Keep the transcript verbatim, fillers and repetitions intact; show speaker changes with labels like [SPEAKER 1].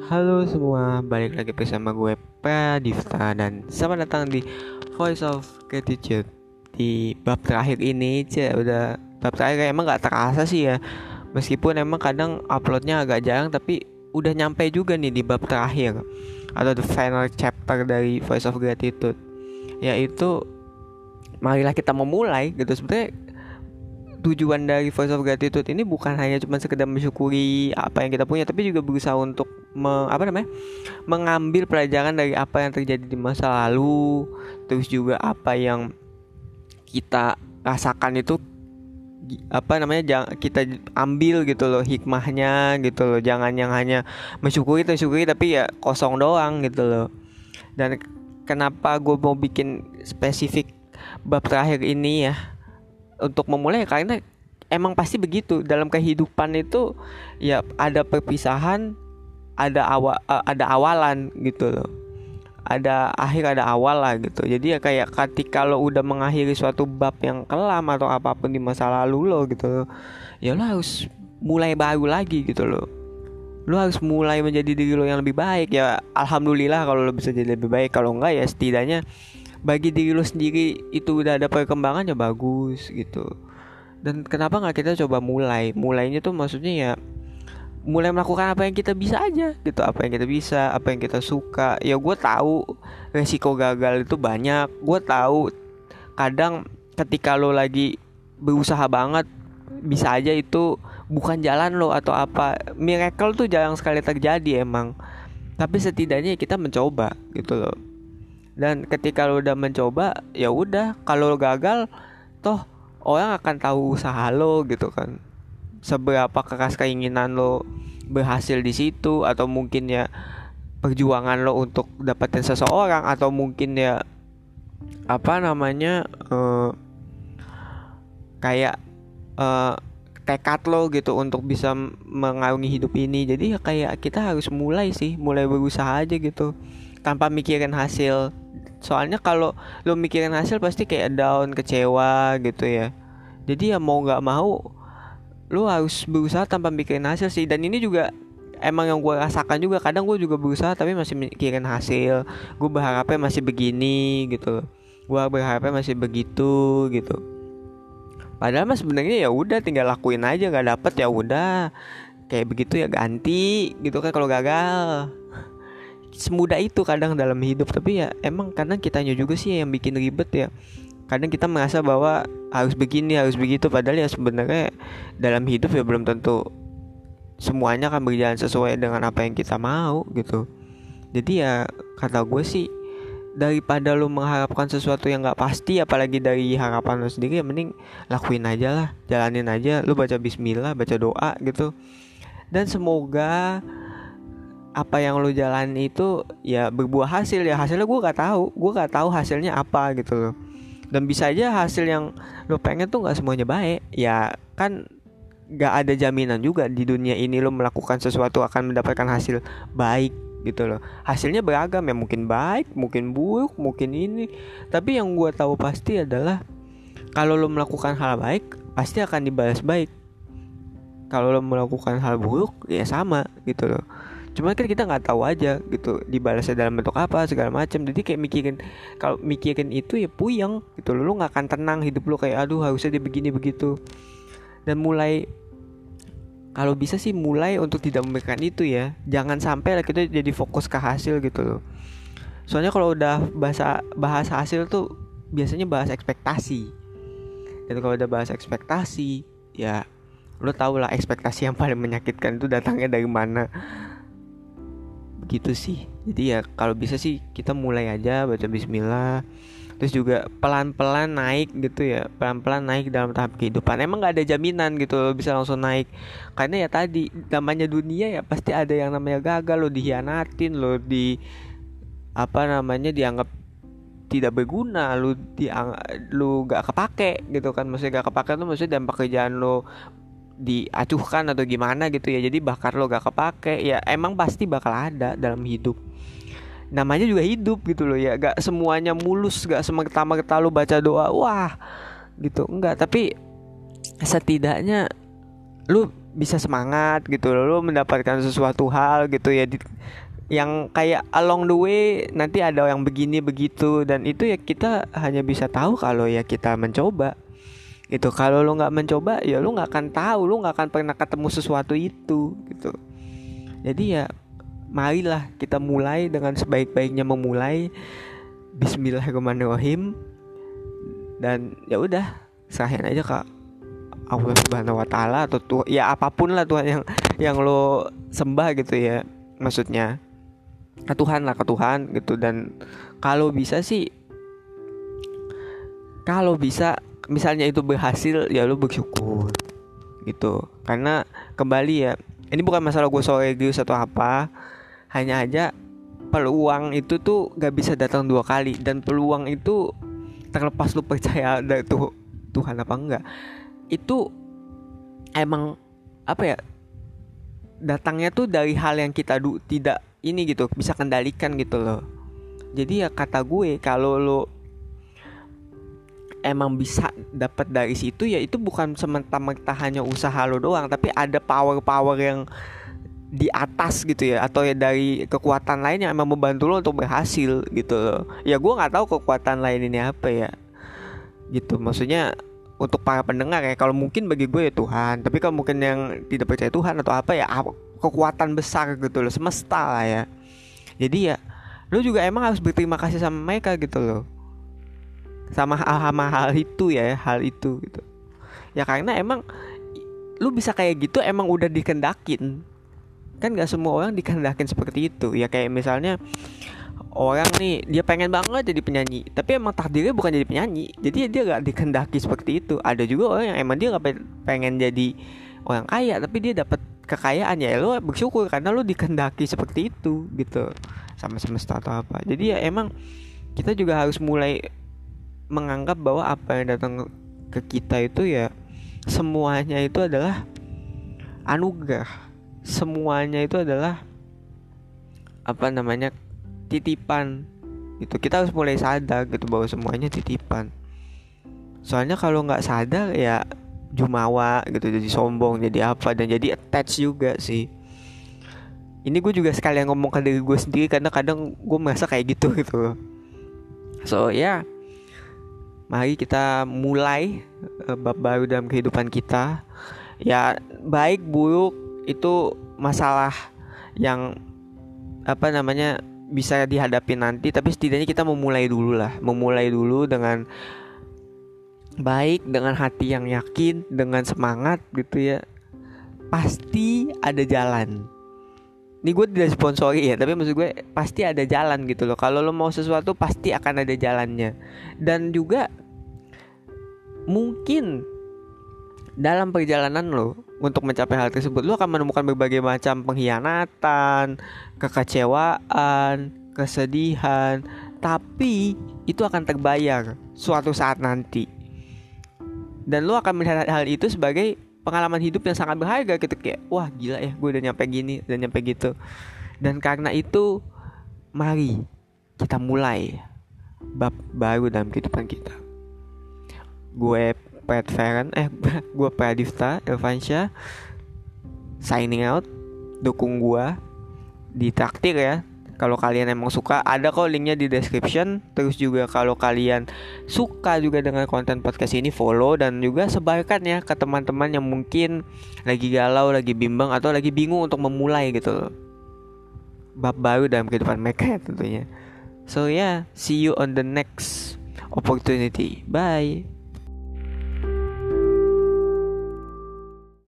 [SPEAKER 1] Halo semua, balik lagi bersama gue Pradifta dan selamat datang di Voice of Gratitude. Di bab terakhir ini, cie, udah bab terakhir emang gak terasa sih ya. Meskipun emang kadang uploadnya agak jarang, tapi udah nyampe juga nih di bab terakhir atau the final chapter dari Voice of Gratitude, yaitu marilah kita memulai gitu. Sebenarnya tujuan dari Voice of Gratitude ini bukan hanya cuma sekedar mensyukuri apa yang kita punya, tapi juga berusaha untuk me, apa namanya mengambil pelajaran dari apa yang terjadi di masa lalu, terus juga apa yang kita rasakan itu apa namanya jangan kita ambil gitu loh hikmahnya gitu loh, jangan yang hanya mensyukuri mensyukuri tapi ya kosong doang gitu loh. Dan kenapa gue mau bikin spesifik bab terakhir ini ya untuk memulai, karena emang pasti begitu dalam kehidupan itu ya, ada perpisahan, ada awal, ada awalan gitu loh, ada akhir ada awal lah gitu. Jadi ya kayak ketika lo udah mengakhiri suatu bab yang kelam atau apapun di masa lalu lo gitu loh, ya lo harus mulai baru lagi gitu loh. Lo harus mulai menjadi diri lo yang lebih baik. Ya alhamdulillah kalau lo bisa jadi lebih baik, kalau enggak ya setidaknya bagi diri lo sendiri itu udah ada perkembangan, ya bagus gitu. Dan kenapa nggak kita coba mulai mulainya tuh maksudnya ya mulai melakukan apa yang kita bisa aja gitu, apa yang kita bisa, apa yang kita suka. Ya gue tahu resiko gagal itu banyak, gue tahu kadang ketika lo lagi berusaha banget bisa aja itu bukan jalan lo atau apa. Miracle tuh jarang sekali terjadi emang, tapi setidaknya kita mencoba gitu loh. Dan ketika lo udah mencoba, ya udah, kalau lo gagal, toh orang akan tahu usaha lo gitu kan. Seberapa keras keinginan lo berhasil di situ, atau mungkin ya perjuangan lo untuk dapetin seseorang, atau mungkin ya apa namanya uh, kayak uh, tekad lo gitu untuk bisa mengarungi hidup ini. Jadi ya kayak kita harus mulai sih, mulai berusaha aja gitu tanpa mikirin hasil. Soalnya kalau lo mikirin hasil pasti kayak down, kecewa gitu ya. Jadi ya mau gak mau lo harus berusaha tanpa mikirin hasil sih. Dan ini juga emang yang gue rasakan juga. Kadang gue juga berusaha tapi masih mikirin hasil. Gue berharapnya masih begini gitu, gue berharapnya masih begitu gitu. Padahal mas sebenarnya ya udah tinggal lakuin aja. Gak dapet ya udah, kayak begitu ya ganti gitu kan kalau gagal. Semudah itu kadang dalam hidup. Tapi ya emang kadang kitanya juga sih yang bikin ribet ya. Kadang kita merasa bahwa harus begini, harus begitu, padahal ya sebenarnya dalam hidup ya belum tentu semuanya akan berjalan sesuai dengan apa yang kita mau gitu. Jadi ya kata gue sih, daripada lu mengharapkan sesuatu yang gak pasti, apalagi dari harapan lu sendiri, ya mending lakuin aja lah, jalanin aja. Lu baca bismillah, baca doa gitu. Dan semoga apa yang lo jalan itu ya berbuah hasil. Ya hasilnya gue gak tahu, gue gak tahu hasilnya apa gitu loh. Dan bisa aja hasil yang lo pengen tuh gak semuanya baik. Ya kan gak ada jaminan juga di dunia ini lo melakukan sesuatu akan mendapatkan hasil baik gitu loh. Hasilnya beragam ya, mungkin baik, mungkin buruk, mungkin ini. Tapi yang gue tahu pasti adalah kalau lo melakukan hal baik pasti akan dibalas baik. Kalau lo melakukan hal buruk ya sama gitu loh. Cuma kan kita nggak tahu aja gitu dibalasnya dalam bentuk apa segala macam. Jadi kayak mikirin, kalau mikirin itu ya puyeng gitu loh. Lu nggak akan tenang hidup lu, kayak aduh harusnya dia begini begitu. Dan mulai, kalau bisa sih mulai untuk tidak memikirkan itu ya. Jangan sampai lah kita jadi fokus ke hasil gitu loh. Soalnya kalau udah bahasa bahas hasil tuh biasanya bahas ekspektasi. Dan kalau udah bahas ekspektasi ya lu tau lah ekspektasi yang paling menyakitkan itu datangnya dari mana. Gitu sih. Jadi ya kalau bisa sih kita mulai aja baca bismillah. Terus juga pelan-pelan naik gitu ya, pelan-pelan naik dalam tahap kehidupan. Emang gak ada jaminan gitu lo bisa langsung naik. Karena ya tadi namanya dunia ya pasti ada yang namanya gagal. Lo dihianatin, lo di apa namanya dianggap tidak berguna, lu diang lu gak kepake gitu kan. Maksudnya gak kepake tuh maksudnya dampak kerjaan lo diacuhkan atau gimana gitu ya. Jadi bakar lo gak kepake. Ya emang pasti bakal ada dalam hidup. Namanya juga hidup gitu loh ya. Gak semuanya mulus, gak semerta-merta lo baca doa wah gitu, enggak. Tapi setidaknya lu bisa semangat gitu, lo mendapatkan sesuatu hal gitu ya di, yang kayak along the way nanti ada yang begini begitu, dan itu ya kita hanya bisa tahu kalau ya kita mencoba gitu. Kalau lo nggak mencoba ya lo nggak akan tahu, lo nggak akan pernah ketemu sesuatu itu gitu. Jadi ya marilah kita mulai dengan sebaik-baiknya memulai. Bismillahirrahmanirrahim. Dan ya udah, serahin aja ke Allah Subhanahu wa taala atau tuh ya apapun lah Tuhan yang yang lo sembah gitu ya. Maksudnya ke Tuhan lah, ke Tuhan gitu. Dan kalau bisa sih, kalau bisa misalnya itu berhasil ya lo bersyukur gitu. Karena kembali ya, ini bukan masalah gue so religius atau apa, hanya aja peluang itu tuh gak bisa datang dua kali. Dan peluang itu terlepas lu percaya ada tuh Tuhan apa enggak, itu emang apa ya, datangnya tuh dari hal yang kita du- tidak ini gitu bisa kendalikan gitu loh. Jadi ya kata gue, kalau lo emang bisa dapat dari situ ya itu bukan semata-mata hanya usaha lo doang, tapi ada power-power yang di atas gitu ya, atau ya dari kekuatan lain yang emang membantu lo untuk berhasil gitu loh. Ya gue nggak tahu kekuatan lain ini apa ya gitu. Maksudnya untuk para pendengar ya, kalau mungkin bagi gue ya Tuhan, tapi kalau mungkin yang tidak percaya Tuhan atau apa ya kekuatan besar gitu loh, semesta lah ya. Jadi ya lo juga emang harus berterima kasih sama mereka gitu loh, sama sama hal itu ya, hal itu gitu ya. Karena emang lu bisa kayak gitu emang udah dikendakin. Kan gak semua orang dikehendakin seperti itu. Ya kayak misalnya orang nih, dia pengen banget jadi penyanyi, tapi emang takdirnya bukan jadi penyanyi, jadi dia gak dikehendaki seperti itu. Ada juga orang yang emang dia gak pengen jadi orang kaya, tapi dia dapat kekayaan. Ya lo bersyukur karena lo dikehendaki seperti itu gitu, sama semesta atau apa. Jadi ya emang kita juga harus mulai menganggap bahwa apa yang datang ke kita itu ya semuanya itu adalah anugerah. Semuanya itu adalah apa namanya, titipan gitu. Kita harus mulai sadar gitu bahwa semuanya titipan. Soalnya kalau nggak sadar ya jumawa gitu, jadi sombong, jadi apa, dan jadi attach juga sih. Ini gue juga sekalian ngomong ke diri gue sendiri karena kadang gue merasa kayak gitu gitu. So ya yeah, mari kita mulai uh, bab baru dalam kehidupan kita. Ya baik buruk itu masalah yang apa namanya bisa dihadapi nanti, tapi setidaknya kita memulai dulu lah, memulai dulu dengan baik, dengan hati yang yakin, dengan semangat gitu ya. Pasti ada jalan. Ini gue tidak sponsori ya, tapi maksud gue pasti ada jalan gitu loh. Kalau lo mau sesuatu pasti akan ada jalannya. Dan juga mungkin dalam perjalanan lo untuk mencapai hal tersebut, lo akan menemukan berbagai macam pengkhianatan, kekecewaan, kesedihan, tapi itu akan terbayar suatu saat nanti. Dan lo akan melihat hal itu sebagai pengalaman hidup yang sangat berharga gitu. Kayak wah gila ya, gue udah nyampe gini, udah nyampe gitu. Dan karena itu mari kita mulai bab baru dalam kehidupan kita. Gue Pat Feren, eh gue Pradifta Irfansyah signing out. Dukung gue di traktir ya. Kalau kalian emang suka, ada kok linknya di description. Terus juga kalau kalian suka juga dengan konten podcast ini, follow dan juga sebarkan ya ke teman-teman yang mungkin lagi galau, lagi bimbang, atau lagi bingung untuk memulai gitu bab baru dalam kehidupan mereka ya tentunya. So ya yeah, see you on the next opportunity. Bye.